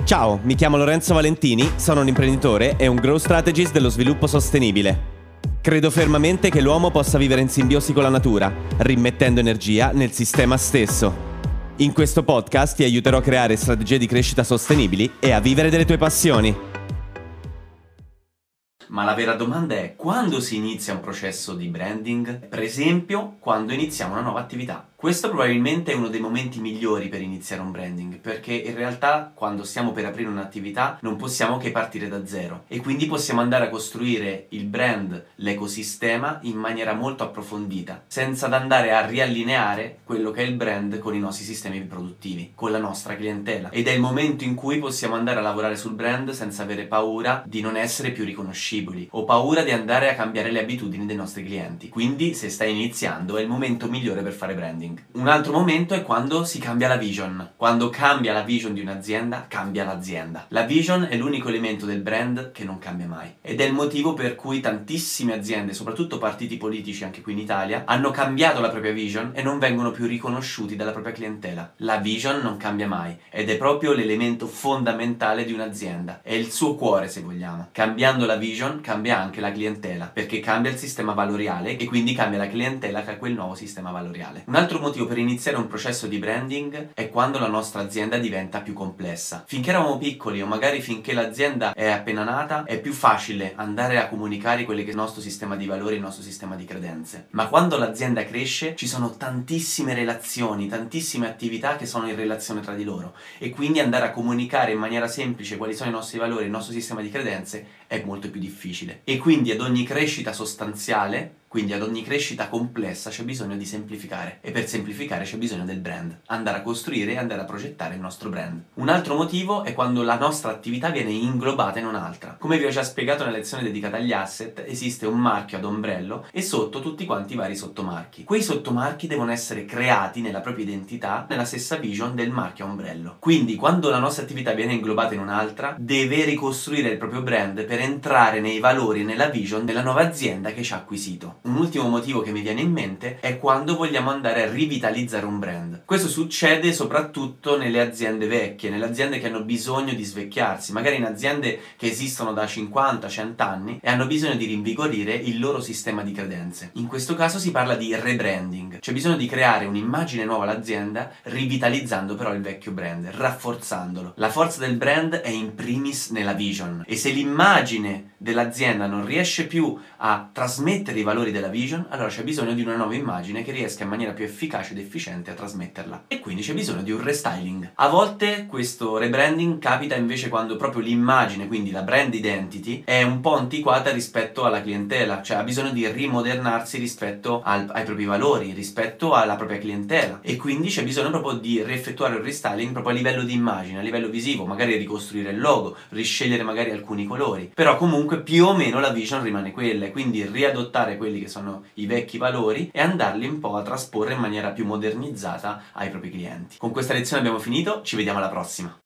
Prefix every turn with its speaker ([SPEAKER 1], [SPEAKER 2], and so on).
[SPEAKER 1] Ciao, mi chiamo Lorenzo Valentini, sono un imprenditore e un growth strategist dello sviluppo sostenibile. Credo fermamente che l'uomo possa vivere in simbiosi con la natura, rimettendo energia nel sistema stesso. In questo podcast ti aiuterò a creare strategie di crescita sostenibili e a vivere delle tue passioni.
[SPEAKER 2] Ma la vera domanda è: quando si inizia un processo di branding? Per esempio, quando iniziamo una nuova attività. Questo probabilmente è uno dei momenti migliori per iniziare un branding, perché in realtà quando stiamo per aprire un'attività non possiamo che partire da zero e quindi possiamo andare a costruire il brand, l'ecosistema in maniera molto approfondita, senza andare a riallineare quello che è il brand con i nostri sistemi produttivi, con la nostra clientela. Ed è il momento in cui possiamo andare a lavorare sul brand senza avere paura di non essere più riconoscibili o paura di andare a cambiare le abitudini dei nostri clienti. Quindi, se stai iniziando, è il momento migliore per fare branding. Un altro momento è quando si cambia la vision. Quando cambia la vision di un'azienda, cambia l'azienda. La vision è l'unico elemento del brand che non cambia mai. Ed è il motivo per cui tantissime aziende, soprattutto partiti politici anche qui in Italia, hanno cambiato la propria vision e non vengono più riconosciuti dalla propria clientela. La vision non cambia mai ed è proprio l'elemento fondamentale di un'azienda. È il suo cuore, se vogliamo. Cambiando la vision cambia anche la clientela, perché cambia il sistema valoriale e quindi cambia la clientela che ha quel nuovo sistema valoriale. Un altro motivo per iniziare un processo di branding è quando la nostra azienda diventa più complessa. Finché eravamo piccoli o magari finché l'azienda è appena nata è più facile andare a comunicare quelli che è il nostro sistema di valori, il nostro sistema di credenze. Ma quando l'azienda cresce ci sono tantissime relazioni, tantissime attività che sono in relazione tra di loro e quindi andare a comunicare in maniera semplice quali sono i nostri valori, il nostro sistema di credenze è molto più difficile. E quindi ad ogni crescita sostanziale, quindi ad ogni crescita complessa c'è bisogno di semplificare e per semplificare c'è bisogno del brand, andare a costruire e andare a progettare il nostro brand. Un altro motivo è quando la nostra attività viene inglobata in un'altra. Come vi ho già spiegato nella lezione dedicata agli asset, esiste un marchio ad ombrello e sotto tutti quanti i vari sottomarchi. Quei sottomarchi devono essere creati nella propria identità, nella stessa vision del marchio a ombrello. Quindi quando la nostra attività viene inglobata in un'altra, deve ricostruire il proprio brand per entrare nei valori e nella vision della nuova azienda che ci ha acquisito. Un ultimo motivo che mi viene in mente è quando vogliamo andare a rivitalizzare un brand. Questo succede soprattutto nelle aziende vecchie, nelle aziende che hanno bisogno di svecchiarsi, magari in aziende che esistono da 50-100 anni e hanno bisogno di rinvigorire il loro sistema di credenze. In questo caso si parla di rebranding, c'è bisogno di creare un'immagine nuova all'azienda rivitalizzando però il vecchio brand, rafforzandolo. La forza del brand è in primis nella vision e se l'immagine dell'azienda non riesce più a trasmettere i valori della vision, allora c'è bisogno di una nuova immagine che riesca in maniera più efficace ed efficiente a trasmetterla e quindi c'è bisogno di un restyling. A volte questo rebranding capita invece quando proprio l'immagine, quindi la brand identity, è un po' antiquata rispetto alla clientela, cioè ha bisogno di rimodernarsi rispetto ai propri valori, rispetto alla propria clientela e quindi c'è bisogno proprio di rieffettuare il restyling proprio a livello di immagine, a livello visivo, magari ricostruire il logo, riscegliere magari alcuni colori, però comunque più o meno la vision rimane quella e quindi riadottare quelli che sono i vecchi valori e andarli un po' a trasporre in maniera più modernizzata ai propri clienti. Con questa lezione abbiamo finito, ci vediamo alla prossima!